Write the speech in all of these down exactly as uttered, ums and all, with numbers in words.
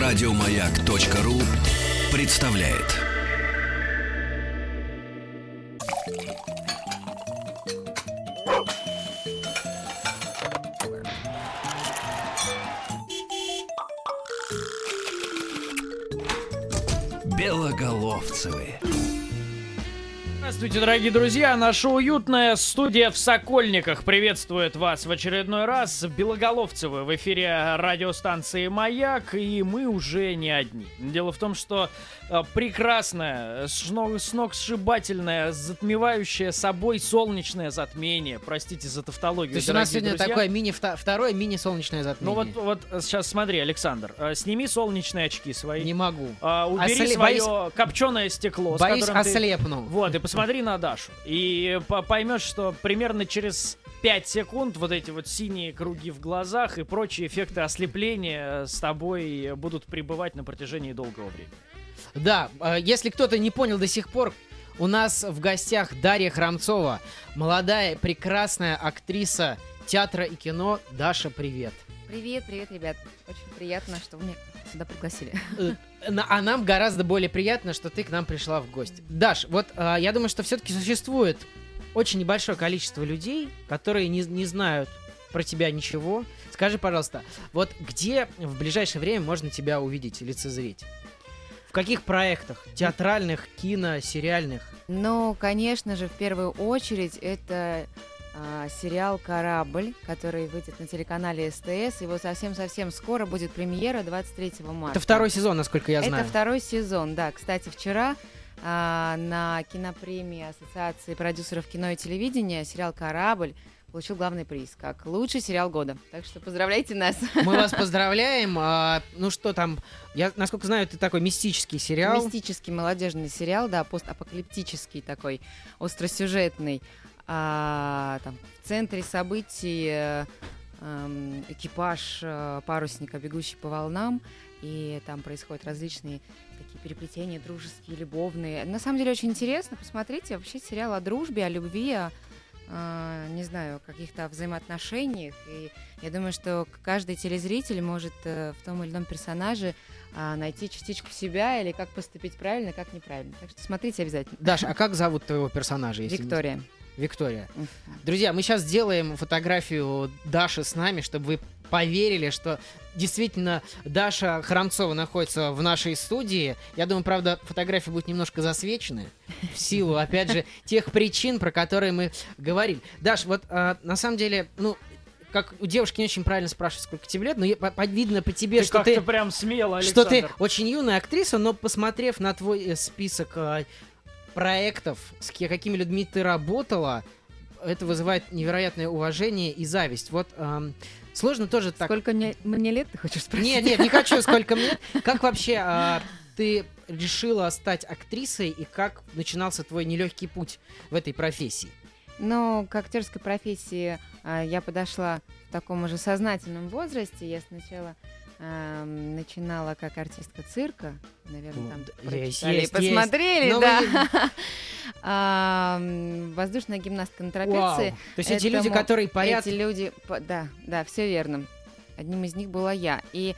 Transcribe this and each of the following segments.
Радиомаяк.ру представляет. Белоголовцевы. Здравствуйте, дорогие друзья! Наша уютная студия в Сокольниках приветствует вас в очередной раз. Белоголовцевы в эфире радиостанции «Маяк», и мы уже не одни. Дело в том, что э, прекрасное, сногсшибательное, затмевающее собой солнечное затмение, простите за тавтологию, То есть у нас дорогие сегодня друзья. такое мини, второе мини-солнечное затмение. Ну вот, вот сейчас смотри, Александр, э, сними солнечные очки свои. Не могу. Э, убери Осле- свое боюсь- копченое стекло. Боюсь, с которым ты... ослепну. Вот, и посмотри на Дашу. И по- поймешь, что примерно через пять секунд вот эти вот синие круги в глазах и прочие эффекты ослепления с тобой будут пребывать на протяжении долгого времени. Да, э, если кто-то не понял до сих пор, у нас в гостях Дарья Храмцова, молодая, прекрасная актриса театра и кино. Даша, привет. Привет, привет, ребят. Очень приятно, что вы меня сюда пригласили. Э, на- А нам гораздо более приятно, что ты к нам пришла в гости. Даш, вот э, я думаю, что все-таки существует очень небольшое количество людей, которые не, не знают про тебя ничего. Скажи, пожалуйста, вот где в ближайшее время можно тебя увидеть, лицезреть? В каких проектах? Театральных, кино, сериальных? Ну, конечно же, в первую очередь это а, сериал «Корабль», который выйдет на телеканале СТС. Его совсем-совсем скоро будет премьера двадцать третьего марта. Это второй сезон, насколько я знаю. Это второй сезон, да. Кстати, вчера а, на кинопремии Ассоциации продюсеров кино и телевидения сериал «Корабль» получил главный приз как лучший сериал года. Так что поздравляйте нас. Мы вас поздравляем. А, ну что там, я, насколько знаю, это такой мистический сериал. Мистический молодежный сериал, да, постапокалиптический такой, остросюжетный. А, там, в центре событий э, эм, экипаж э, парусника, бегущий по волнам, и там происходят различные такие переплетения, дружеские, любовные. На самом деле очень интересно, посмотрите, вообще сериал о дружбе, о любви, о, э, не знаю, каких-то взаимоотношениях, и я думаю, что каждый телезритель может э, в том или ином персонаже э, найти частичку себя, или как поступить правильно, как неправильно. Так что смотрите обязательно. Даш, а как зовут твоего персонажа? если не- Виктория. Виктория. Мгм. Друзья, мы сейчас сделаем фотографию Даши с нами, чтобы вы поверили, что действительно Даша Храмцова находится в нашей студии. Я думаю, правда, фотография будет немножко засвеченная в силу, опять же, тех причин, про которые мы говорили. Даш, вот а, на самом деле, ну, как у девушки не очень правильно спрашивать, сколько тебе лет, но я- по- по- видно по тебе, Ты что как-то ты, прям смело, что Александр. ты очень юная актриса, но посмотрев на твой э, список а, проектов, с ки- какими людьми ты работала, это вызывает невероятное уважение и зависть. Вот ам, сложно тоже так... Сколько мне, мне лет, ты хочешь спросить? Нет, нет, не хочу, сколько мне. Как вообще а, ты решила стать актрисой, и как начинался твой нелегкий путь в этой профессии? Ну, к актерской профессии а, я подошла в таком уже сознательном возрасте. Я сначала ам, начинала как артистка цирка. Наверное, Ну, там да, есть, прочитали и есть, посмотрели, есть. да. Но Ам, Воздушная гимнастка на Вау. трапеции. То есть эти Это люди, мо- которые парят... Эти люди, по- да, да, все верно. Одним из них была я. И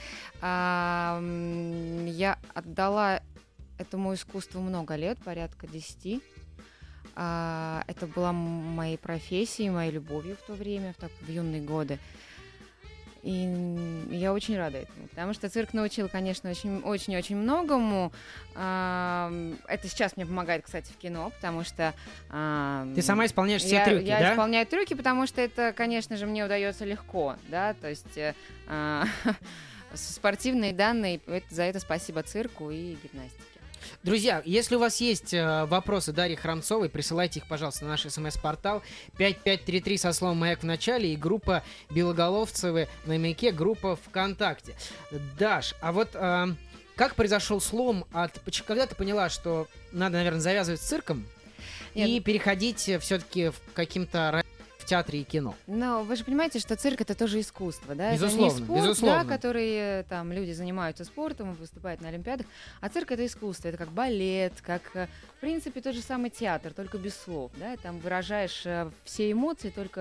ам, я отдала этому искусству много лет, порядка десяти. А, это была м- моей профессией, моей любовью в то время, в, так, в юные годы. И м, я очень рада этому, потому что цирк научил, конечно, очень-очень многому. Ам, Это сейчас мне помогает, кстати, в кино, потому что... ам, Ты сама исполняешь все я, трюки, я да? исполняю трюки, потому что это, конечно же, мне удается легко, да, то есть э, а, спортивные данные, это- за это спасибо цирку и гимнастике. Друзья, если у вас есть э, вопросы Дарьи Храмцовой, присылайте их, пожалуйста, на наш смс-портал пять пять три три со словом «Маяк» в начале и группа Белоголовцевы на Маяке, группа ВКонтакте. Даш, а вот э, как произошел слом от... поч- Когда ты поняла, что надо, наверное, завязывать с цирком и Нет. переходить все-таки в каким-то ра- в театре и кино? Но вы же понимаете, что цирк — это тоже искусство, да? Безусловно, это не спорт, безусловно. да, который э, там люди занимаются спортом, выступают на Олимпиадах, а цирк — это искусство, это как балет, как, э, в принципе, тот же самый театр, только без слов, да, там выражаешь э, все эмоции только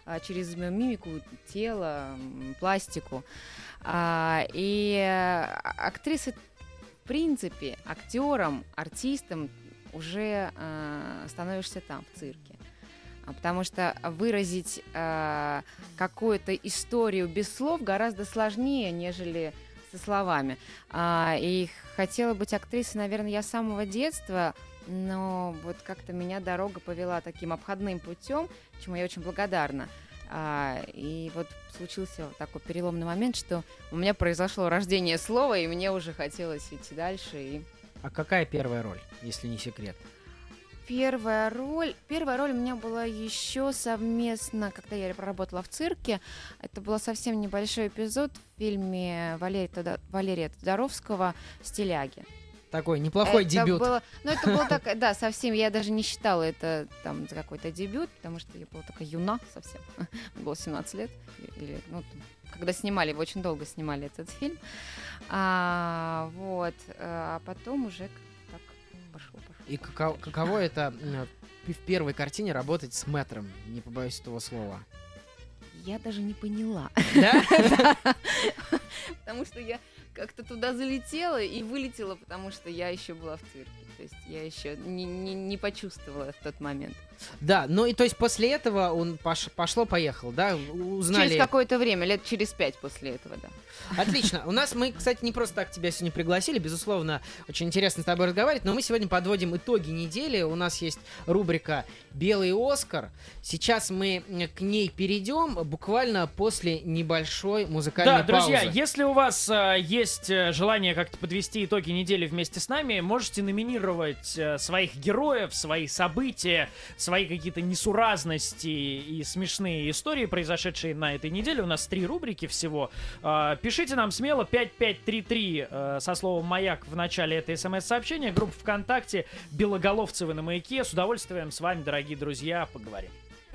а, через мимику тела, м, пластику. А, и э, актрисы, в принципе, актером, артистом уже э, становишься там, в цирке. А, Потому что выразить э, какую-то историю без слов гораздо сложнее, нежели со словами. А, и хотела быть актрисой, наверное, я с самого детства, но вот как-то меня дорога повела таким обходным путем, чему я очень благодарна. А, и вот случился вот такой переломный момент, что у меня произошло рождение слова, и мне уже хотелось идти дальше. И А какая первая роль, если не секрет? первая роль, первая роль у меня была еще совместно, когда я проработала в цирке. Это был совсем небольшой эпизод в фильме Валерия, Тодо- Валерия Тодоровского «Стиляги». Такой неплохой это дебют. Было, ну, это было так, да, совсем, я даже не считала это там за какой-то дебют, потому что я была такая юна совсем, мне было семнадцать лет, или, ну, когда снимали, его очень долго снимали этот фильм, а, вот, а потом уже так пошло, пошло. И каково, каково это э, в первой картине работать с мэтром, не побоюсь этого слова. Я даже не поняла. Да? Потому что я как-то туда залетела и вылетела, потому что я еще была в цирке. То есть я еще не, не, не почувствовала в тот момент. Да, ну и то есть после этого он пош- пошло-поехал, да? Узнали. Через какое-то время, лет через пять после этого, да. Отлично. У нас мы, кстати, не просто так тебя сегодня пригласили. Безусловно, очень интересно с тобой разговаривать. Но мы сегодня подводим итоги недели. У нас есть рубрика «Белый Оскар». Сейчас мы к ней перейдем буквально после небольшой музыкальной Да, друзья, паузы. если у вас э, есть э, желание как-то подвести итоги недели вместе с нами, можете номинировать э, своих героев, свои события, свои какие-то несуразности и смешные истории, произошедшие на этой неделе. У нас три рубрики всего. Э, пишите нам смело пять пять три три э, со словом «Маяк» в начале этой смс-сообщения. Группа ВКонтакте «Белоголовцевы на маяке». С удовольствием с вами, дорогие друзья, поговорим.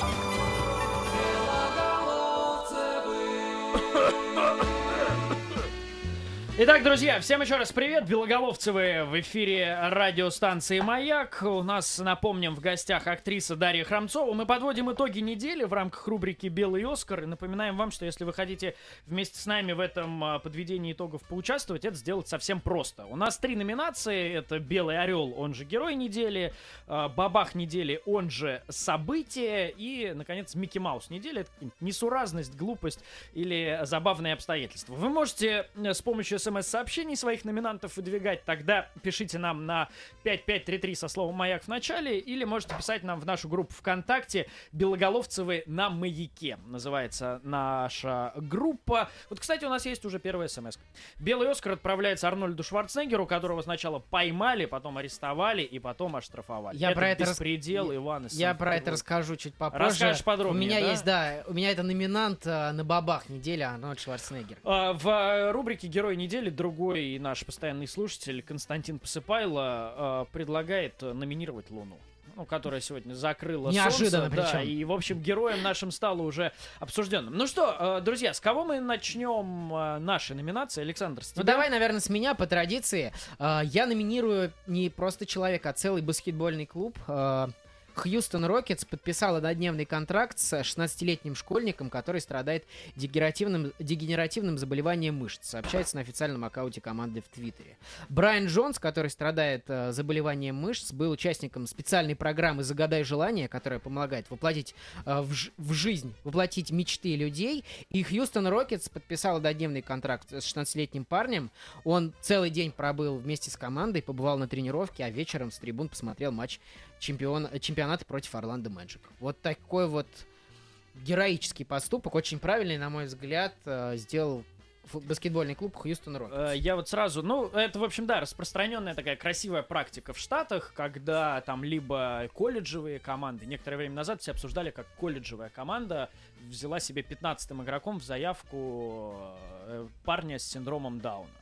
Итак, друзья, всем еще раз привет. Белоголовцевы в эфире радиостанции «Маяк». У нас, напомним, в гостях актриса Дарья Храмцова. Мы подводим итоги недели в рамках рубрики «Белый Оскар». И напоминаем вам, что если вы хотите вместе с нами в этом а, подведении итогов поучаствовать, это сделать совсем просто. У нас три номинации. Это «Белый орел», он же «Герой недели», а, «Бабах недели», он же «Событие» и, наконец, «Микки Маус недели». Это несуразность, глупость или забавные обстоятельства. Вы можете с помощью смс-сообщений своих номинантов выдвигать, тогда пишите нам на пять пять три три со словом «Маяк» в начале, или можете писать нам в нашу группу ВКонтакте «Белоголовцевы на маяке». Называется наша группа. Вот, кстати, у нас есть уже первая смс. «Белый Оскар» отправляется Арнольду Шварценеггеру, которого сначала поймали, потом арестовали и потом оштрафовали. Я это про это беспредел, рас... Иван. Я про это расскажу чуть попозже. Расскажешь подробнее, У меня да? есть, да, у меня это номинант а, на бабах недели Арнольд Шварценеггер. А, в рубрике «Герой недели» другой наш постоянный слушатель Константин Посыпайло а, предлагает номинировать Луну, ну, которая сегодня закрыла Неожиданно солнце. Да, причем. и, в общем, героем нашим стало уже обсужденным. Ну что, а, друзья, с кого мы начнем а, наши номинации? Александр, с тебя? Ну давай, наверное, с меня по традиции. А, я номинирую не просто человека, а целый баскетбольный клуб. А, Хьюстон Рокетс подписал однодневный контракт с шестнадцатилетним школьником, который страдает дегенеративным, дегенеративным заболеванием мышц, сообщается на официальном аккаунте команды в Твиттере. Брайан Джонс, который страдает э, заболеванием мышц, был участником специальной программы «Загадай желание», которая помогает воплотить э, в, ж- в жизнь, воплотить мечты людей. И Хьюстон Рокетс подписал однодневный контракт с шестнадцатилетним парнем. Он целый день пробыл вместе с командой, побывал на тренировке, а вечером с трибун посмотрел матч чемпион, чемпионата против Орландо Мэджик. Вот такой вот героический поступок, очень правильный, на мой взгляд, э, сделал баскетбольный клуб Хьюстон Рокетс. Я вот сразу, ну, это, в общем, да, распространенная такая красивая практика в Штатах, когда там либо колледжевые команды, некоторое время назад все обсуждали, как колледжевая команда взяла себе пятнадцатым игроком в заявку парня с синдромом Дауна.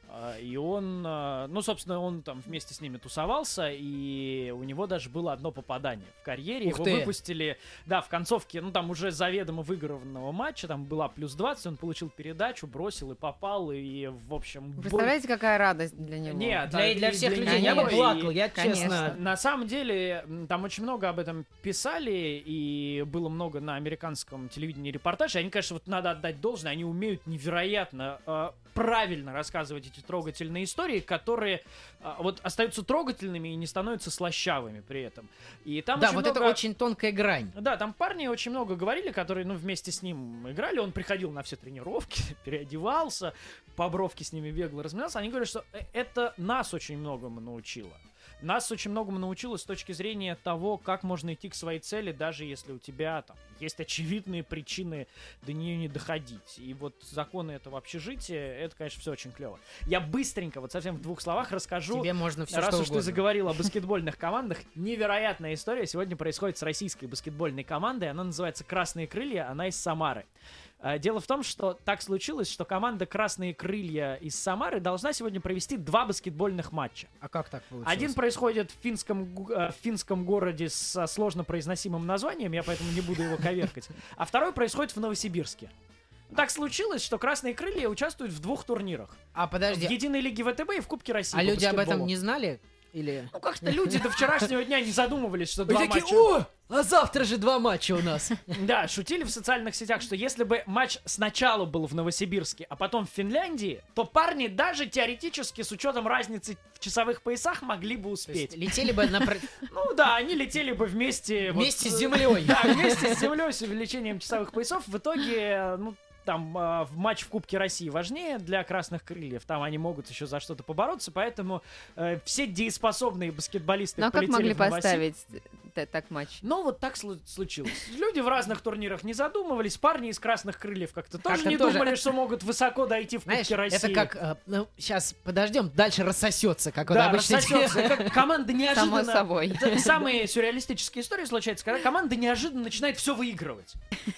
А, И он, а, ну, собственно, он там вместе с ними тусовался, и у него даже было одно попадание в карьере. Ух Его ты. выпустили, да, в концовке, ну, там уже заведомо выигранного матча, там была плюс двадцать, он получил передачу, бросил и попал, и, в общем... был- Представляете, какая радость для него? Нет, Для, да, для и всех для людей. Я него, бы и- плакал, я Конечно. честно. На самом деле, м, там очень много об этом писали, и было много на американском телевидении репортажей. Они, конечно, вот надо отдать должное, они умеют невероятно э, правильно рассказывать эти трогательные истории, которые э, вот остаются трогательными и не становятся слащавыми при этом. И там Да, очень вот много... это очень тонкая грань. Да, там парни очень много говорили, которые, ну, вместе с ним играли. Он приходил на все тренировки, переодевался, по бровке с ними бегло разминался. Они говорят, что э- это нас очень многому научило. Нас очень многому научило с точки зрения того, как можно идти к своей цели, даже если у тебя там есть очевидные причины до нее не доходить. И вот законы этого общежития, это, конечно, все очень клево. Я быстренько, вот совсем в двух словах расскажу. Тебе можно все Раз что уж ты угодно. заговорил о баскетбольных командах, невероятная история сегодня происходит с российской баскетбольной командой. Она называется «Красные крылья», она из Самары. А, Дело в том, что так случилось, что команда «Красные крылья» из Самары должна сегодня провести два баскетбольных матча. А как так получилось? Один происходит в финском, гу- э, в финском городе со сложно произносимым названием, я поэтому не буду его коверкать, а второй происходит в Новосибирске. Так случилось, что «Красные крылья» участвуют в двух турнирах. А В подожди, Единой лиге ВТБ и в Кубке России а по люди об этом баскетболу. не знали? Или... Ну как-то люди до вчерашнего дня не задумывались, что Вы два такие, матча... о, а завтра же два матча у нас. Да, шутили в социальных сетях, что если бы матч сначала был в Новосибирске, а потом в Финляндии, то парни даже теоретически с учетом разницы в часовых поясах могли бы То есть успеть. летели бы на... про- Ну да, они летели бы вместе... вот, вместе с э, землей. Да, вместе с землей, с увеличением часовых поясов. В итоге, э, ну, там э, в матч в Кубке России важнее для «Красных крыльев». Там они могут еще за что-то побороться, поэтому э, все дееспособные баскетболисты Ну а как полетели могли в Новосибирск. поставить т- так матч? Но вот так слу- случилось. Люди в разных турнирах не задумывались. Парни из «Красных крыльев» как-то тоже Как-то не тоже. думали, что могут высоко дойти в Кубке Знаешь, России. это как... э, ну, сейчас подождем, дальше рассосется, как вот Да, обычно. рассосется. Это команда Само неожиданно... собой. Это самые сюрреалистические истории случаются, когда команда неожиданно начинает все выигрывать.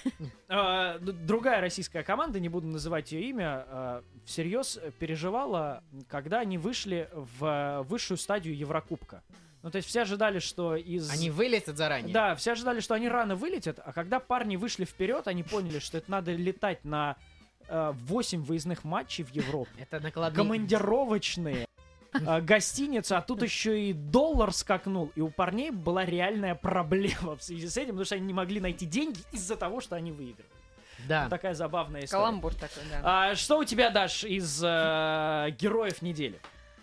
А, д- Другая российская команда, не буду называть ее имя, а, всерьез переживала, когда они вышли в высшую стадию Еврокубка. Ну, то есть все ожидали, что из... Они вылетят заранее. Да, все ожидали, что они рано вылетят, а когда парни вышли вперед, они поняли, что это надо летать на восемь выездных матчей в Европу. Это накладные... Командировочные, э, гостиница, а тут еще и доллар скакнул, и у парней была реальная проблема в связи с этим, потому что они не могли найти деньги из-за того, что они выиграли. Да. Такая забавная история. Каламбур такой, да. А, что у тебя, Даш, из э, героев недели?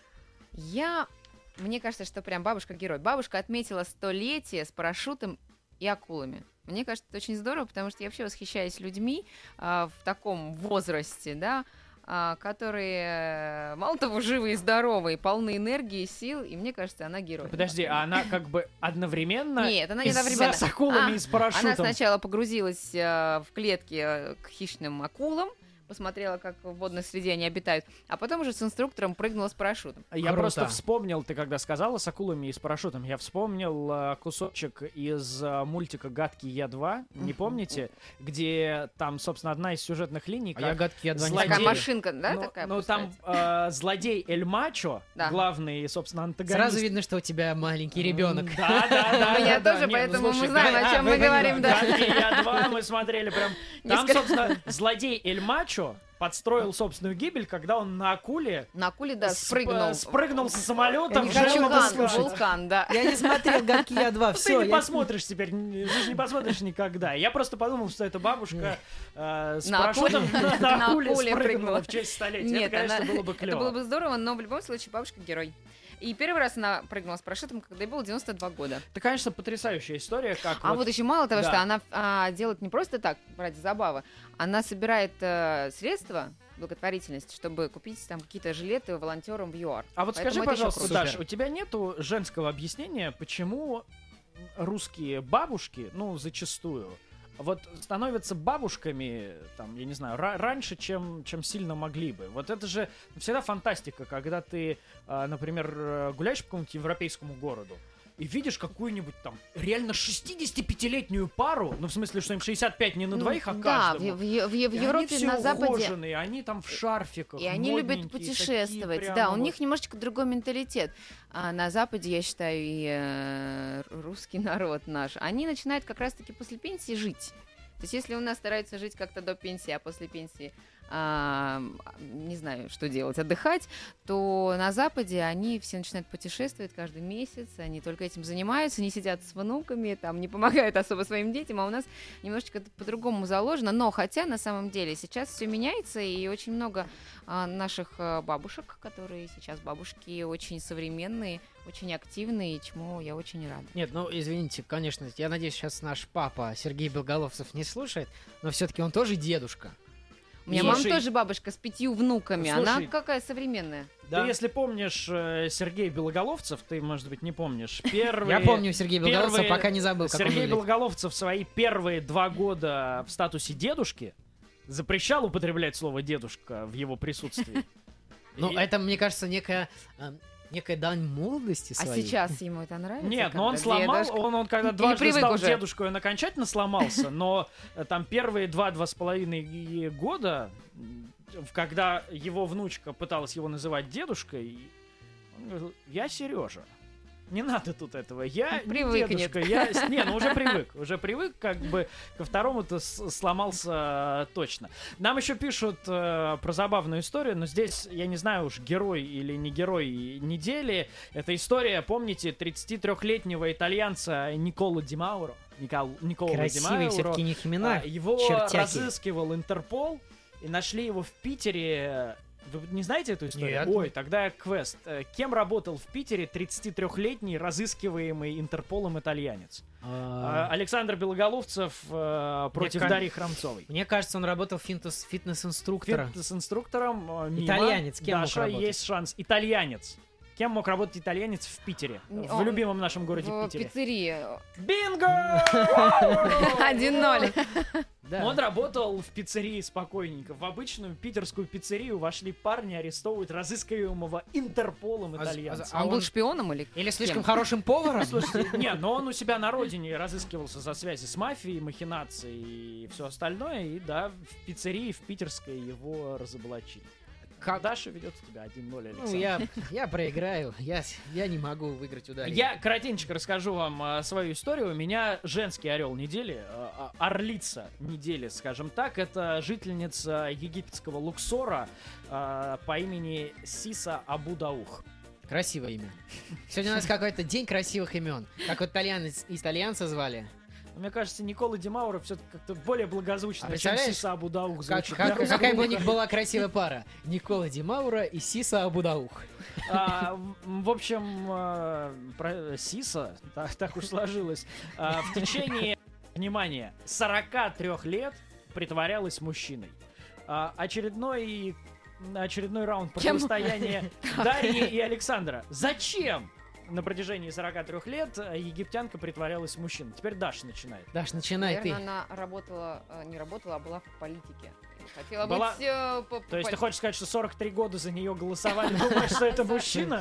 Я... Мне кажется, что прям бабушка-герой. Бабушка отметила столетие с парашютом и акулами. Мне кажется, это очень здорово, потому что я вообще восхищаюсь людьми а, в таком возрасте, да, а, которые, э, мало того, живые и здоровые, полны энергии, сил, и мне кажется, она герой. Подожди, а она как бы одновременно... Нет, она не из- одновременно. С акулами А, и с парашютом. Она сначала погрузилась э, в клетки э, к хищным акулам, посмотрела, как в водной среде они обитают, а потом уже с инструктором прыгнула с парашютом. Я Круто. просто вспомнил, ты когда сказала с акулами и с парашютом, я вспомнил э, кусочек из э, мультика «Гадкий я два», не Мгм. помните? Где там, собственно, одна из сюжетных линий, А как... я гадкий, я два не Злодей. Такая смотрел. машинка, да, ну, такая? ну, там получается? э, злодей Эль Мачо, Да. главный, собственно, антагонист. Сразу видно, что у тебя маленький ребенок. М, Да, да, да. У меня да, тоже, да. Не, ну, поэтому мы слушай, знаем, о да, чем вы мы говорим, да. «Гадкий я два» мы смотрели прям... Там, Несколько- собственно, злодей Эль Мачо подстроил собственную гибель, когда он на акуле На акуле, да, сп- спрыгнул. спрыгнул с самолета Я не в хочу жерло вас Вулкан, послушать. вулкан, да. Я не смотрел гадкий я два, Ну, все. ты не посмотришь теперь, н- ты же не посмотришь никогда. Я просто подумал, что эта бабушка э, с На парашютом акуле- на, на на акуле акуле спрыгнула прыгнула. в честь столетия. Нет, это, конечно, она- было бы Это клево. было бы здорово, но в любом случае бабушка герой. И первый раз она прыгнула с парашютом, когда ей было девяносто два года. Это, конечно, потрясающая история, как А вот, еще мало того, да. что она а, делает не просто так, ради забавы, она собирает э, средства, благотворительность, чтобы купить там какие-то жилеты волонтерам в ЮАР. А вот скажи, Поэтому это еще пожалуйста, круче. Даш, Супер. у тебя нету женского объяснения, почему русские бабушки, ну, зачастую, вот становятся бабушками, там, я не знаю, ра- раньше, чем, чем сильно могли бы. Вот это же всегда фантастика, когда ты, а, например, э, гуляешь по какому-нибудь европейскому городу, и видишь какую-нибудь там реально шестидесятипятилетнюю пару, ну в смысле, что им шестьдесят пять не на двоих, а Ну, да, в, каждому. в, в, в И Европе, они все на Западе. ухоженные, они там в шарфиках, И они любят модненькие, путешествовать. такие Да, прямо у вот. них немножечко другой менталитет. А на Западе, я считаю, и э, русский народ наш, они начинают как раз-таки после пенсии жить. То есть если у нас стараются жить как-то до пенсии, а после пенсии а, не знаю, что делать, отдыхать, то на Западе они все начинают путешествовать каждый месяц, они только этим занимаются, не сидят с внуками, там, не помогают особо своим детям, а у нас немножечко это по-другому заложено, но хотя на самом деле сейчас все меняется, и очень много а, наших а, бабушек, которые сейчас бабушки очень современные, очень активные, чему я очень рада. Нет, ну извините, конечно, я надеюсь, сейчас наш папа Сергей Белоголовцев не слушает, но все-таки он тоже дедушка. У меня Слушай, мама тоже бабушка с пятью внуками, слушай, она какая современная. Ты, если помнишь э, Сергей Белоголовцев, ты, может быть, не помнишь. Первые... Я помню Сергея Белоголовцева, первые- пока не забыл, как он Сергей выглядит. Белоголовцев свои первые два года в статусе дедушки запрещал употреблять слово «дедушка» в его присутствии. Ну, И- это, мне кажется, некая, э, некая дань молодости А своей. сейчас ему это нравится? Нет, но он когда сломал, дедушка? он, он когда Или дважды привык стал уже? дедушкой, он окончательно сломался, но э, там первые два-два с половиной года, м, в- когда его внучка пыталась его называть дедушкой, он говорил: я Сережа. Не надо тут этого. Я не Привыкнет. дедушка. Я... с- Не, ну уже привык. Уже привык, как бы ко второму-то с- сломался э, точно. Нам еще пишут э, про забавную историю, но здесь, я не знаю уж, герой или не герой недели. Это история, помните, тридцатитрёхлетнего итальянца Николо Ди Мауро. Никол... Николо Ди Красивые Мауро. все-таки у них имена. А, Его чертяки. разыскивал Интерпол, и нашли его в Питере. Вы не знаете эту историю? Нет. Ой, тогда квест. Э, Кем работал в Питере тридцатитрёхлетний разыскиваемый Интерполом итальянец? А, А, Александр Белоголовцев э, против ка- Дарьи Храмцовой. Мне кажется, он работал фитнес- фитнес-инструктором. Фитнес-инструктором э, мимо. Итальянец, кем мог Даша, работать? есть шанс. Итальянец. Кем мог работать итальянец в Питере? Не, В он- любимом нашем городе В Питере. пиццерии. Бинго! один ноль. Да. Он работал в пиццерии спокойненько. В обычную питерскую пиццерию вошли парни арестовывать разыскиваемого Интерполом А- итальянца. а Он был он- шпионом или Или кем? слишком хорошим поваром? Слушайте, не, но он у себя на родине разыскивался за связи с мафией, махинацией и все остальное. И да, в пиццерии в питерской его разоблачили. Как- Даша ведет у тебя один ноль, Александр. Ну, я, я проиграю. Я, я не могу выиграть ударение. Я коротенько расскажу вам а, свою историю. У меня женский орел недели, а, а, орлица недели, скажем так. Это жительница египетского Луксора а, по имени Сиса Абу-Даух. Красивое имя. Сегодня у нас какой-то день красивых имен. Как вот итальянец, итальянца звали. Мне кажется, Никола Ди Мауро все-таки как-то более благозвучно, А чем представляешь, Сиса Абу-Даух Как, звучит. как- Да, какая бы у них была красивая пара. Никола Ди Мауро и Сиса Абудаух. А, в в общем, а, про Сиса, так, так уж сложилось, а, в течение, внимание, сорока трёх лет притворялась мужчиной. А, очередной, очередной раунд Кем? противостояния Дарьи и Александра. Зачем? На протяжении сорока трёх лет а, египтянка притворялась мужчиной. Теперь Даша начинает. Даш, начинай ты. Наверное, она работала, э, не работала, а была в политике. И хотела Была- быть... э, по- То есть по- ты хочешь сказать, что сорок три года за нее голосовали, думаешь, что это мужчина?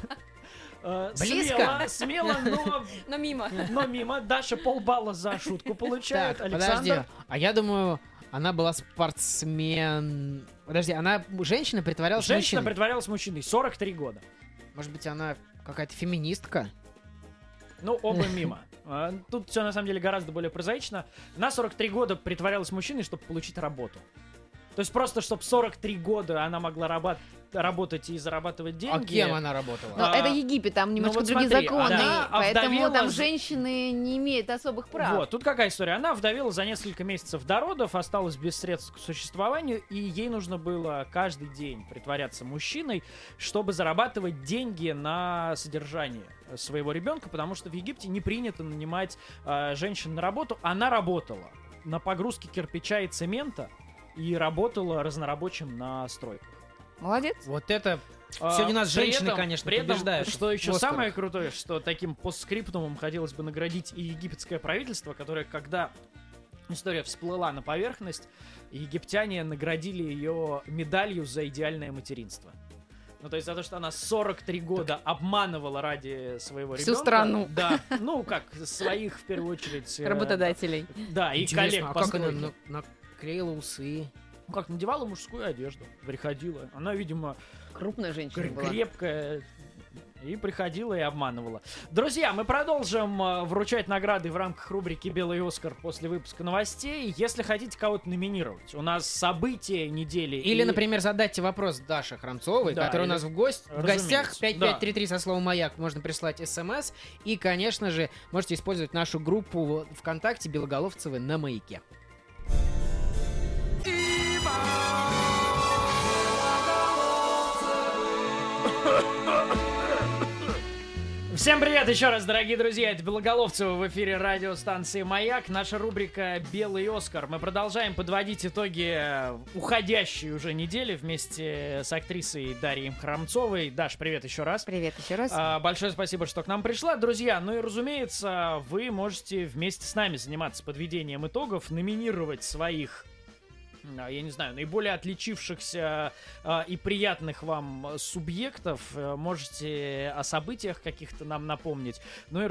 Э, Близко. Смело, смело, но Но мимо. Но мимо. Даша полбалла за шутку получает. Так, Александр. подожди. А я думаю, она была спортсмен... Подожди, она женщина притворялась Женщина мужчиной? притворялась мужчиной. сорок три года. Может быть, она какая-то феминистка? Ну, оба мимо. А, Тут все на самом деле гораздо более прозаично. На сорок три года притворялась мужчиной, чтобы получить работу. То есть просто, чтобы сорок три года она могла раба- работать и зарабатывать деньги. А кем она работала? Но А, это Египет, там немножко вот другие смотри, законы, она поэтому овдовела там за- женщины не имеют особых прав. Вот, тут какая история? Она вдовела за несколько месяцев до родов, осталась без средств к существованию, и ей нужно было каждый день притворяться мужчиной, чтобы зарабатывать деньги на содержание своего ребенка, потому что в Египте не принято нанимать э, женщин на работу. Она работала на погрузке кирпича и цемента и работала разнорабочим на стройках. Молодец. Вот это... А, Сегодня нас при женщины, этом- конечно, при этом, побеждают что еще в Оскарах. самое крутое, что таким постскриптумом хотелось бы наградить и египетское правительство, которое, когда история всплыла на поверхность, египтяне наградили ее медалью за идеальное материнство. Ну, то есть за то, что она сорок три года обманывала ради своего Всю ребенка. страну. Да, ну, как своих, в первую очередь. э, Работодателей. Да, и Интересно, коллег а по как она стройке. на- наклеила усы? Ну, как, надевала мужскую одежду, приходила. Она, видимо, Крупная женщина кр- была. крепкая. И приходила и обманывала. Друзья, мы продолжим э, вручать награды в рамках рубрики «Белый Оскар» после выпуска новостей. Если хотите кого-то номинировать, у нас события недели. Или, и- например, задайте вопрос Даше Храмцовой, Да, которая у или- нас в, гость, в Разумеется, гостях. пять да. пять три три со словом «Маяк» можно прислать смс. И, конечно же, можете использовать нашу группу ВКонтакте «Белоголовцевы» на «Маяке». Всем привет еще раз, дорогие друзья, это Белоголовцева в эфире радиостанции «Маяк», наша рубрика «Белый Оскар». Мы продолжаем подводить итоги уходящей уже недели вместе с актрисой Дарьей Храмцовой. Даш, привет еще раз. Привет еще раз. А, большое спасибо, что к нам пришла. Друзья, ну и разумеется, вы можете вместе с нами заниматься подведением итогов, номинировать своих, а, я не знаю, наиболее отличившихся а, и приятных вам субъектов. Э, Можете о событиях каких-то нам напомнить. Ну и,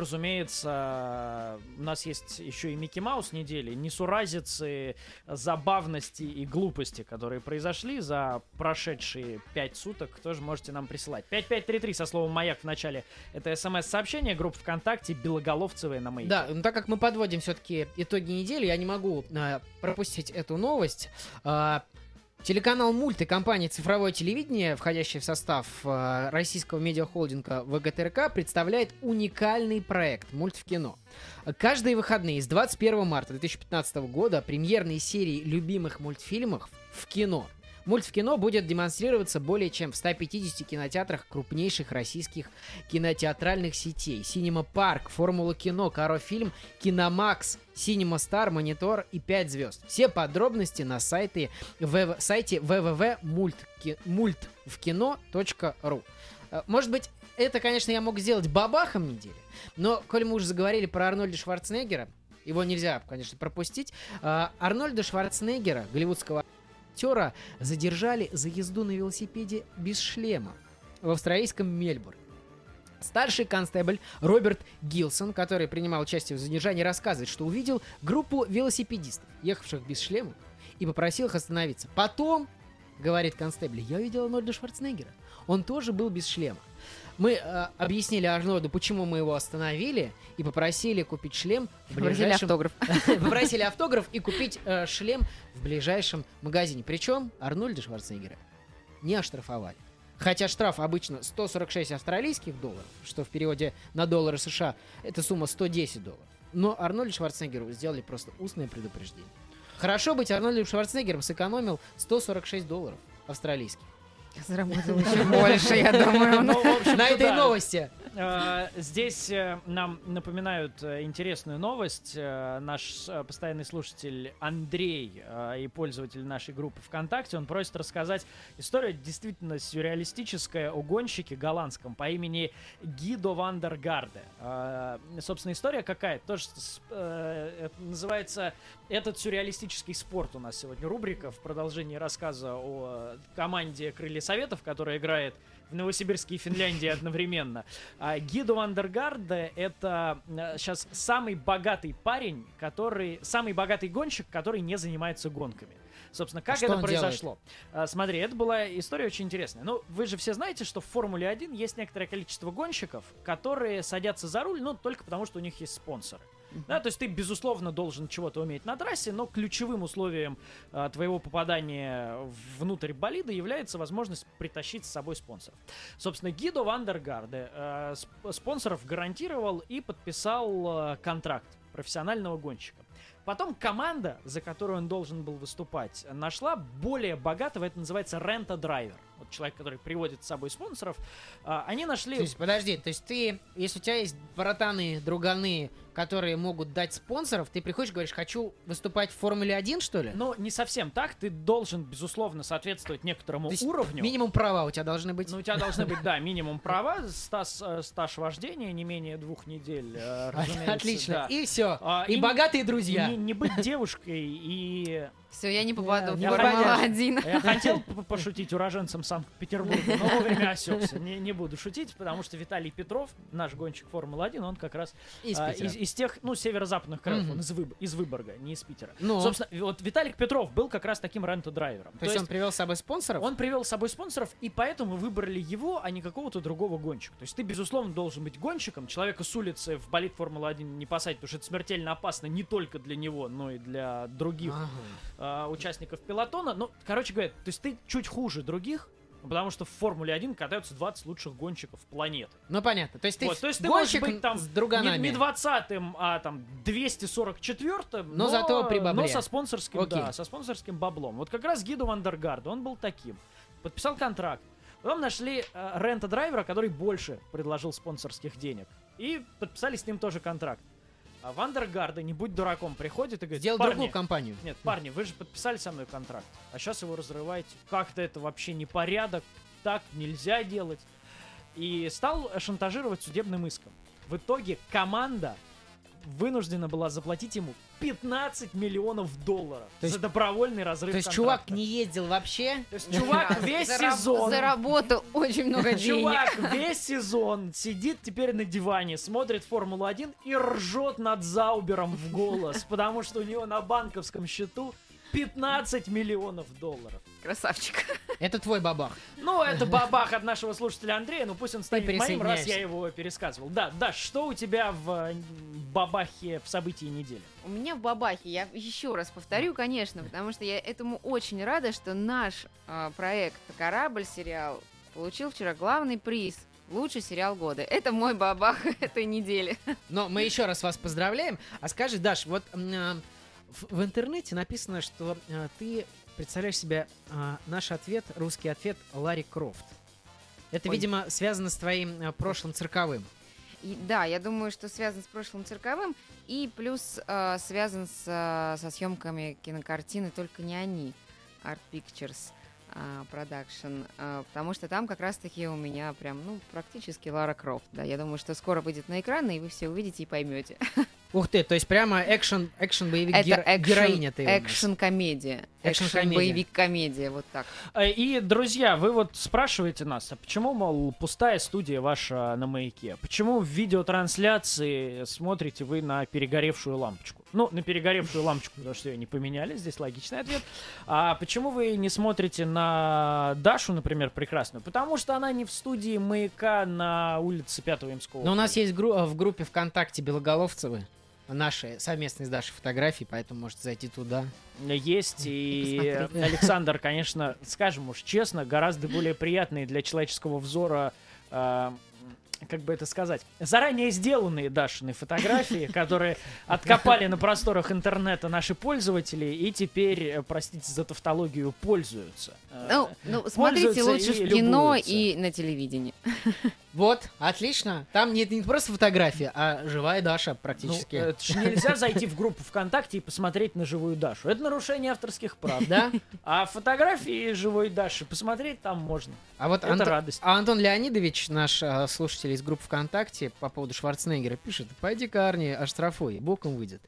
разумеется, у нас есть еще и Микки Маус недели, несуразицы, забавности и глупости, которые произошли за прошедшие пять суток, тоже можете нам присылать. пять пять три три со словом «Маяк» в начале. Это смс-сообщение, группа ВКонтакте «Белоголовцевые» на «Маяке». Да, ну так как мы подводим все-таки итоги недели, я не могу э, пропустить эту новость. Э, телеканал «Мульт» и компания «Цифровое телевидение», входящая в состав э, российского медиахолдинга ВГТРК, представляет уникальный проект «Мульт в кино». Каждые выходные с двадцать первого марта две тысячи пятнадцатого года премьерные серии любимых мультфильмов в кино. Мульт в кино будет демонстрироваться более чем в ста пятидесяти кинотеатрах крупнейших российских кинотеатральных сетей: Cinema Park, Формула кино, Карофильм, Киномакс, Cinema Star, Монитор и пять звезд. Все подробности на сайте, в, сайте дабл ю дабл ю дабл ю точка мультвкино точка ру. Может быть, это, конечно, я мог сделать бабахом недели, но, коль мы уже заговорили про Арнольда Шварценеггера, его нельзя, конечно, пропустить. Арнольда Шварценеггера, голливудского актера, задержали за езду на велосипеде без шлема в австралийском Мельбурне. Старший констебль Роберт Гилсон, который принимал участие в задержании, рассказывает, что увидел группу велосипедистов, ехавших без шлема, и попросил их остановиться. Потом, говорит констебль, я увидел Арнольда Шварценеггера. Он тоже был без шлема. Мы э, объяснили Арнольду, почему мы его остановили, и попросили купить шлем в Попросили ближайшем... автограф. Попросили автограф и купить э, шлем в ближайшем магазине. Причем Арнольда Шварценеггера не оштрафовали. Хотя штраф обычно сто сорок шесть австралийских долларов, что в переводе на доллары США это сумма сто десять долларов. Но Арнольду Шварценеггеру сделали просто устное предупреждение. Хорошо быть Арнольдом Шварценеггером сэкономил сто сорок шесть долларов австралийских. Я заработала еще больше, я думаю. Ну, в общем-то, На этой да. новости. Э, Здесь э, нам напоминают э, интересную новость. Э, Наш э, постоянный слушатель Андрей э, и пользователь нашей группы ВКонтакте, он просит рассказать историю действительно сюрреалистическая о гонщике голландском по имени Гидо ван дер Гарде. Э, Собственно, история какая? Тоже с- э, это называется «Этот сюрреалистический спорт». У нас сегодня рубрика в продолжении рассказа о команде «Крылья Советов», которая играет в Новосибирске и Финляндии одновременно. А Гидо ван дер Гарде — это сейчас самый богатый парень, который... Самый богатый гонщик, который не занимается гонками. Собственно, как А что это он произошло? А, смотри, это была история очень интересная. Ну, вы же все знаете, что в Формуле один есть некоторое количество гонщиков, которые садятся за руль, ну, только потому, что у них есть спонсоры. Да, то есть ты, безусловно, должен чего-то уметь на трассе, но ключевым условием а, твоего попадания внутрь болида является возможность притащить с собой спонсоров. Собственно, Гидо ван дер Гарде а, сп- спонсоров гарантировал и подписал а, контракт профессионального гонщика. Потом команда, за которую он должен был выступать, нашла более богатого, это называется рента-драйвер. Вот человек, который приводит с собой спонсоров. А, они нашли... То есть, подожди, то есть ты, если у тебя есть братаны, друганы, которые могут дать спонсоров, ты приходишь и говоришь, хочу выступать в Формуле один, что ли? Но не совсем так. Ты должен, безусловно, соответствовать некоторому То есть уровню. Минимум права у тебя должны быть. Ну, у тебя должны быть, да, минимум права, стаж, э, стаж вождения, не менее двух недель, э, разумеется. Отлично. Да. И все. А, и, и богатые И друзья. не, не быть девушкой и... Все, я не попаду в я Формулу хотел- один. Я хотел п- пошутить уроженцем Санкт-Петербурга, но вовремя осекся. Не, не буду шутить, потому что Виталий Петров, наш гонщик Формулы один, он как раз Из а, Питера. из, из тех, ну, северо-западных краев, Мгм. он из, Выб- из Выборга, не из Питера. Ну, Собственно, вот Виталик Петров был как раз таким ренто-драйвером. то есть он привел с собой спонсоров? Он привел с собой спонсоров, и поэтому выбрали его, а не какого-то другого гонщика. То есть ты, безусловно, должен быть гонщиком. Человека с улицы в болид Формулы один не посадить, потому что это смертельно опасно не только для него, но и для других Ага. а, участников пелотона. Ну, короче говоря, то есть ты чуть хуже других, потому что в Формуле один катаются двадцать лучших гонщиков планеты. Ну понятно. То есть ты, Вот, то есть ты гонщик можешь быть там с не, друганами. не двадцатым, а там двести сорок четвёртым, Но зато при бабле. но со спонсорским, Окей. да, со спонсорским баблом. Вот как раз Гиду Вандергарду, он был таким. Подписал контракт. Потом нашли э, рента-драйвера, который больше предложил спонсорских денег. И подписали с ним тоже контракт. А Вандергарда, не будь дураком, приходит и говорит: Сделал парни, другую компанию. нет, парни, вы же подписали со мной контракт, а сейчас его разрываете. Как-то это вообще непорядок, так нельзя делать. И стал шантажировать судебным иском. В итоге команда вынуждена была заплатить ему пятнадцать миллионов долларов То есть- за добровольный разрыв То есть контракта. чувак не ездил вообще? То есть чувак весь Зараб- сезон... Заработал очень много денег. Чувак весь сезон сидит теперь на диване, смотрит Формулу один и ржет над Заубером в голос, потому что у него на банковском счету пятнадцать миллионов долларов. Красавчик. Это твой бабах. Ну, это бабах от нашего слушателя Андрея, ну пусть он станет моим, раз присоединяешься. я его пересказывал. Да, Даш, что у тебя в э, бабахе в событии недели? У меня в бабахе, я еще раз повторю, конечно, потому что я этому очень рада, что наш а, проект «Корабль» сериал получил вчера главный приз. Лучший сериал года. Это мой бабах этой недели. Но мы еще раз вас поздравляем. А скажи, Даш, вот м, а, в, в интернете написано, что а, ты представляешь себе а, наш ответ, русский ответ Ларри Крофт. Это, Ой. видимо, связано с твоим а, прошлым цирковым. И, да, я думаю, что связан с прошлым цирковым и плюс э, связан с, э, со съемками кинокартины «Только не они» Art Pictures э, Production, э, потому что там как раз-таки у меня прям, ну, практически Лара Крофт, да. Я думаю, что скоро выйдет на экраны, и вы все увидите и поймете. Ух ты, то есть прямо экшен, экшен боевик Это геро- экшен- героиня ты у нас. экшн-комедия. Экшн-комедия. Экшн-боевик-комедия, вот так. Э, И, друзья, вы вот спрашиваете нас, а почему, мол, пустая студия ваша на Маяке? Почему в видеотрансляции смотрите вы на перегоревшую лампочку? Ну, на перегоревшую лампочку, потому что ее не поменяли, здесь логичный ответ. А почему вы не смотрите на Дашу, например, прекрасную? Потому что она не в студии Маяка на улице пятого Имского. Но у нас есть гру- в группе ВКонтакте Белоголовцевы наши совместные с Дашей фотографии, поэтому можете зайти туда. Есть, и посмотреть. Александр, конечно, скажем уж честно, гораздо более приятные для человеческого взора, э, как бы это сказать, заранее сделанные Дашины фотографии, которые откопали на просторах интернета наши пользователи и теперь, э, простите за тавтологию, пользуются. Э, Ну, ну смотрите пользуются лучше и в кино любуются. и на телевидении. Вот, отлично. Там нет не просто фотография, а живая Даша Ну, практически. это ж нельзя зайти в группу ВКонтакте и посмотреть на живую Дашу. Это нарушение авторских прав. Да? А фотографии живой Даши посмотреть там можно. А вот Это Анто- радость. а Антон Леонидович, наш а, слушатель из группы ВКонтакте по поводу Шварценеггера пишет: пойди-ка, Арни, оштрафуй, боком выйдет.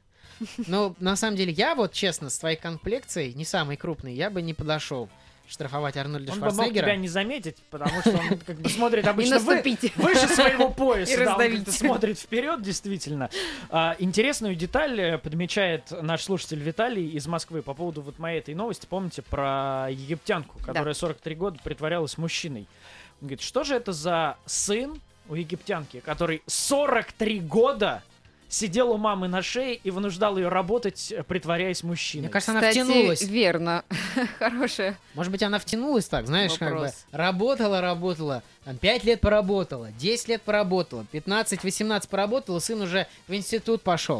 Но на самом деле я вот, честно, с твоей комплекцией, не самый крупный, я бы не подошел штрафовать Арнольда Он бы мог Шварценеггера. тебя не заметить, потому что он как бы смотрит И обычно вы- наступите. выше своего пояса, И да, он раздавить. как-то смотрит вперед, действительно. А, интересную деталь э, подмечает наш слушатель Виталий из Москвы по поводу вот моей этой новости. Помните про египтянку, которая сорок три года притворялась мужчиной? Он говорит, что же это за сын у египтянки, который сорок три года сидел у мамы на шее и вынуждал ее работать, э, притворяясь мужчиной? Мне кажется, она Кстати, втянулась. верно. Хорошая. Может быть, она втянулась так, знаешь, как бы Вопрос. работала, работала, там, пять лет поработала, десять лет поработала, пятнадцать-восемнадцать поработала, сын уже в институт пошел.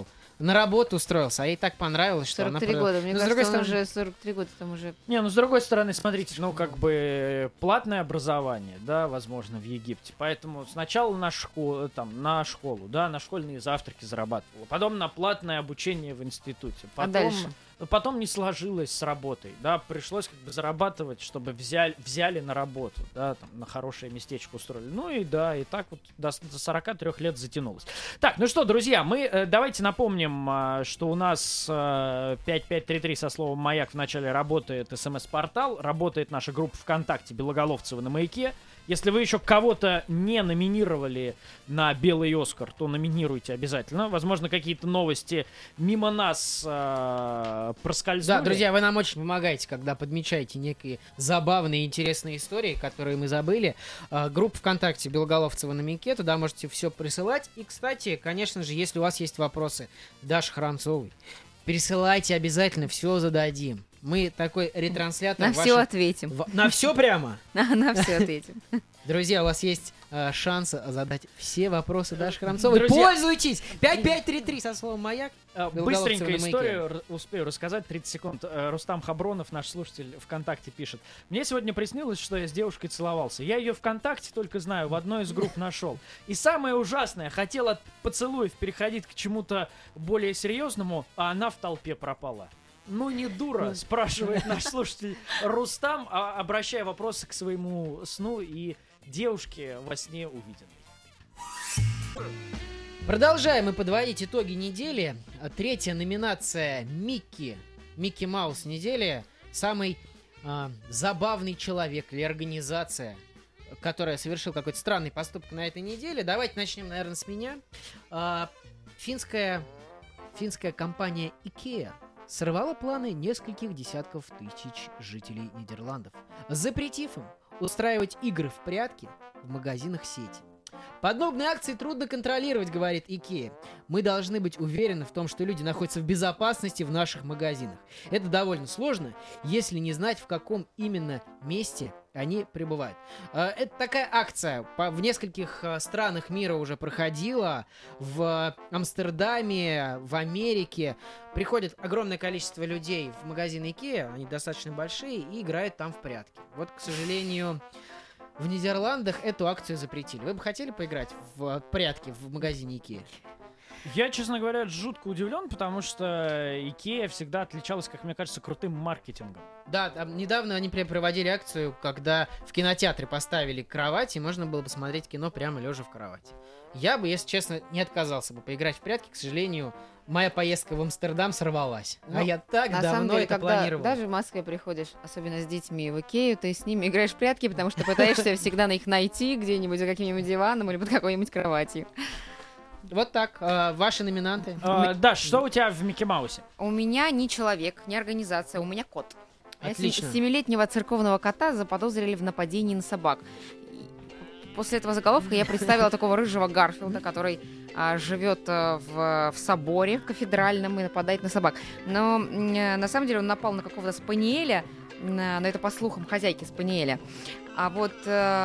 на работу устроился, а ей так понравилось, что она... сорок три года. Мне Но, с кажется, другой он стороны- уже сорок три года там уже... Не, ну с другой стороны, смотрите, ну как бы платное образование, да, возможно, в Египте. Поэтому сначала на школу, там, на школу, да, на школьные завтраки зарабатывала. Потом на платное обучение в институте. А Потом, дальше? потом не сложилось с работой, да, пришлось как бы зарабатывать, чтобы взяли, взяли на работу, да, там, на хорошее местечко устроили. Ну и да, и так вот до, до сорока трёх лет затянулось. Так, ну что, друзья, мы э, давайте напомним, э, что у нас э, пять пять три три со словом «Маяк» в начале работает СМС-портал, работает наша группа ВКонтакте «Белоголовцева на маяке». Если вы еще кого-то не номинировали на «Белый Оскар», то номинируйте обязательно. Возможно, какие-то новости мимо нас э, проскользнули. Да, друзья, вы нам очень помогаете, когда подмечаете некие забавные и интересные истории, которые мы забыли. А, группа ВКонтакте «Белоголовцева на маяке», туда можете все присылать. И, кстати, конечно же, если у вас есть вопросы Даши Храмцовой, присылайте обязательно, все зададим. Мы такой ретранслятор. На ваших- все ответим. В- На все прямо? На, на все ответим. Друзья, у вас есть э, шанс задать все вопросы Даши Храмцовой. Друзья- Пользуйтесь! пять пять три три со словом «Маяк». Э, Белоголовцева Быстренько на маяке. историю р- успею рассказать, тридцать секунд. Э, Рустам Хабронов, наш слушатель, ВКонтакте пишет. Мне сегодня приснилось, что я с девушкой целовался. Я ее ВКонтакте только знаю, в одной из групп нашел. И самое ужасное, хотел от поцелуев переходить к чему-то более серьезному, а она в толпе пропала. Ну не дура, спрашивает наш слушатель Рустам, а- обращая вопросы к своему сну и девушке во сне увиденной. Продолжаем мы подводить итоги недели. А, Третья номинация Микки. Микки Маус недели. Самый а, забавный человек или организация, которая совершил какой-то странный поступок на этой неделе. Давайте начнем, наверное, с меня. А, финская, финская компания IKEA сорвала планы нескольких десятков тысяч жителей Нидерландов, запретив им устраивать игры в прятки в магазинах сети. Подобные акции трудно контролировать, говорит IKEA. Мы должны быть уверены в том, что люди находятся в безопасности в наших магазинах. Это довольно сложно, если не знать, в каком именно месте они пребывают. Э, Это такая акция по- в нескольких э, странах мира уже проходила. В Амстердаме, в Америке приходит огромное количество людей в магазин IKEA, они достаточно большие, и играют там в прятки. Вот, к сожалению, в Нидерландах эту акцию запретили. Вы бы хотели поиграть в прятки в магазине IKEA? Я, честно говоря, жутко удивлен, потому что Икея всегда отличалась, как мне кажется, крутым маркетингом. Да, там недавно они прям проводили акцию, когда в кинотеатре поставили кровать, и можно было посмотреть кино прямо лежа в кровати. Я бы, если честно, не отказался бы поиграть в прятки. К сожалению, моя поездка в Амстердам сорвалась. Ну, а я так На давно самом деле, это когда планировал. даже в Москве приходишь, особенно с детьми в Икею, ты с ними играешь в прятки, потому что пытаешься всегда на их найти где-нибудь за каким-нибудь диваном или под какой-нибудь кроватью. Вот так, а, ваши номинанты. А, Даш, что у тебя в Микки Маусе? У меня не человек, не организация, у меня кот. Отлично. Семилетнего церковного кота заподозрили в нападении на собак. И после этого заголовка я представила такого рыжего Гарфилда, который а, живет а, в, в соборе кафедральном и нападает на собак. Но м, э, на самом деле он напал на какого-то спаниеля, на, но это по слухам хозяйки спаниеля. А вот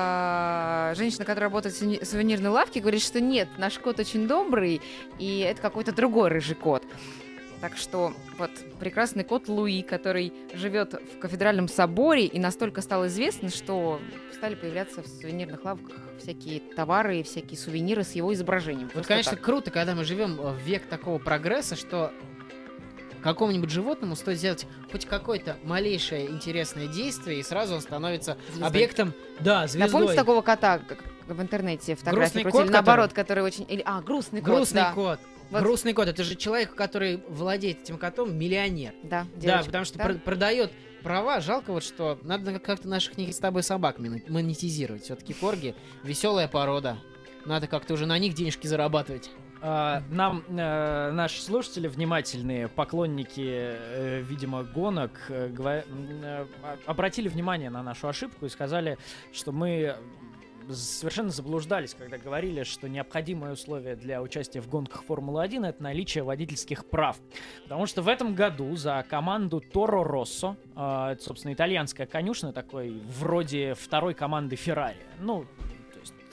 э, женщина, которая работает в сувени- сувенирной лавке, говорит, что нет, наш кот очень добрый, и это какой-то другой рыжий кот. Так что вот прекрасный кот Луи, который живет в кафедральном соборе, и настолько стал известен, что стали появляться в сувенирных лавках всякие товары и всякие сувениры с его изображением. Вот, Просто конечно, так. круто, когда мы живем в век такого прогресса, что какому-нибудь животному стоит сделать хоть какое-то малейшее интересное действие, и сразу он становится Звездой. объектом, да, звездой. Напомните такого кота, как в интернете фотографии Грустный крутили, кот, наоборот, который очень... или- А, грустный кот, Грустный да. кот. Вот. Грустный кот. Это же человек, который владеет этим котом, миллионер. Да, Да, девочка, потому что да? про- продает права. Жалко вот, что надо как-то наших не с тобой собак мон- монетизировать. Все-таки корги веселая порода. Надо как-то уже на них денежки зарабатывать. А, Нам э, наши слушатели, внимательные поклонники, э, видимо, гонок, э, гова- м, э, а- обратили внимание на нашу ошибку и сказали, что мы совершенно заблуждались, когда говорили, что необходимое условие для участия в гонках Формулы один — это наличие водительских прав. Потому что в этом году за команду Торо Россо, э, это, собственно, итальянская конюшня, такой вроде второй команды Феррари, ну, то есть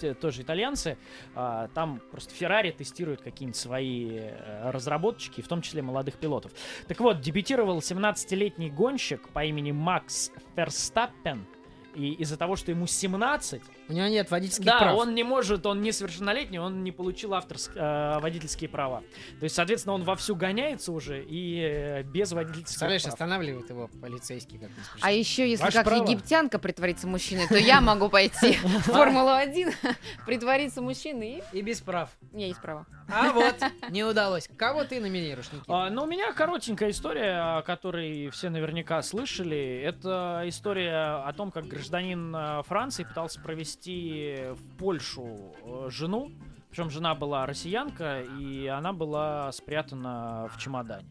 те- тоже итальянцы. А, там просто Феррари тестирует какие-нибудь свои э, разработочки, в том числе молодых пилотов. Так вот, дебютировал семнадцатилетний гонщик по имени Макс Ферстаппен. И из-за того, что ему семнадцать, У него нет водительских да, прав. он не может, он несовершеннолетний, он не получил авторские э, водительские права. То есть, соответственно, он вовсю гоняется уже и э, без водительских Представляешь, прав. останавливает его полицейский, как не смешно. А еще, если Ваше как право. египтянка притвориться мужчиной, то я могу пойти в Формулу один, притвориться мужчиной и... И без прав. У меня есть право. А вот, не удалось. Кого ты номинируешь, Никита? А, ну, у меня коротенькая история, о которой все наверняка слышали. Это история о том, как гражданин э, Франции пытался провести в Польшу э, жену. Причем жена была россиянка, и она была спрятана в чемодане.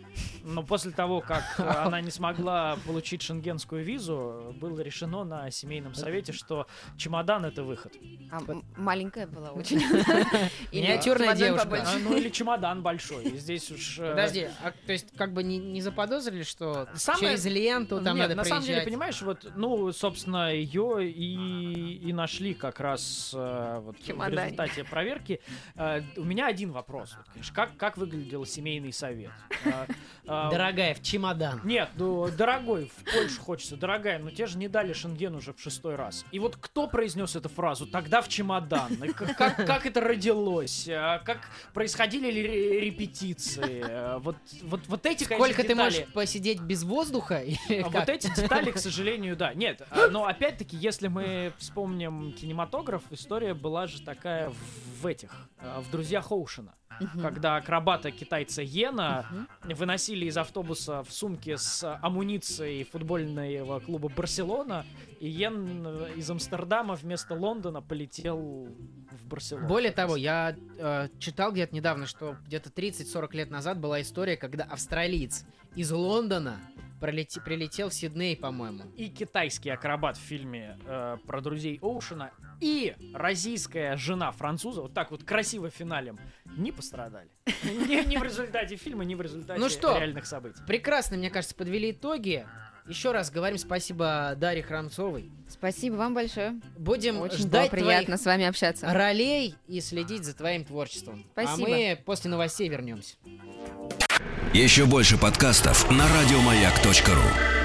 Но после того, как она не смогла получить шенгенскую визу, было решено на семейном совете, что чемодан — это выход. А м- маленькая была очень. Или Миниатюрная чемодан девушка. побольше. А, ну или чемодан большой. И здесь уж... э, Подожди, а, то есть как бы не, не заподозрили, что Самое- через ленту там Нет, надо на самом деле, проезжать? понимаешь, вот, ну, собственно, ее и, и нашли как раз э, вот, в Чемодане. результате проверки. Э, у меня один вопрос, вот, конечно, как, как выглядел семейный совет? Э, э, Дорогая, в чемодан. Нет, ну, дорогой, в Польшу хочется, дорогая, но те же не дали Шенген уже в шестой раз. И вот кто произнес эту фразу? Тогда в чемодан. И как, как, как это родилось? А Как происходили ли ре- репетиции? А Вот, вот, вот эти, конечно, Сколько ты детали- можешь посидеть без воздуха? Или а как? Вот эти детали, к сожалению, да. Нет, а, но опять-таки, если мы вспомним кинематограф, история была же такая в этих, а, в «Друзьях Оушена». Мгм. Когда акробата китайца Йена выносили из автобуса в сумке с амуницией футбольного клуба «Барселона», и Йен э, из Амстердама вместо Лондона полетел в Барселону. Более того, я э, читал где-то недавно, что где-то тридцать-сорок лет назад была история, когда австралиец из Лондона пролете- прилетел в Сидней, по-моему. И китайский акробат в фильме э, про друзей Оушена, и российская жена француза, вот так вот красиво финалем, не пострадали. Ни, ни в результате фильма, ни в результате Ну что? реальных событий. Прекрасно, мне кажется, подвели итоги. Еще раз говорим спасибо Дарье Храмцовой. Спасибо вам большое. Будем Очень было ждать приятно твоих с вами общаться. ролей и следить за твоим творчеством. Спасибо. А мы после новостей вернемся. Еще больше подкастов на радиомаяк точка ру.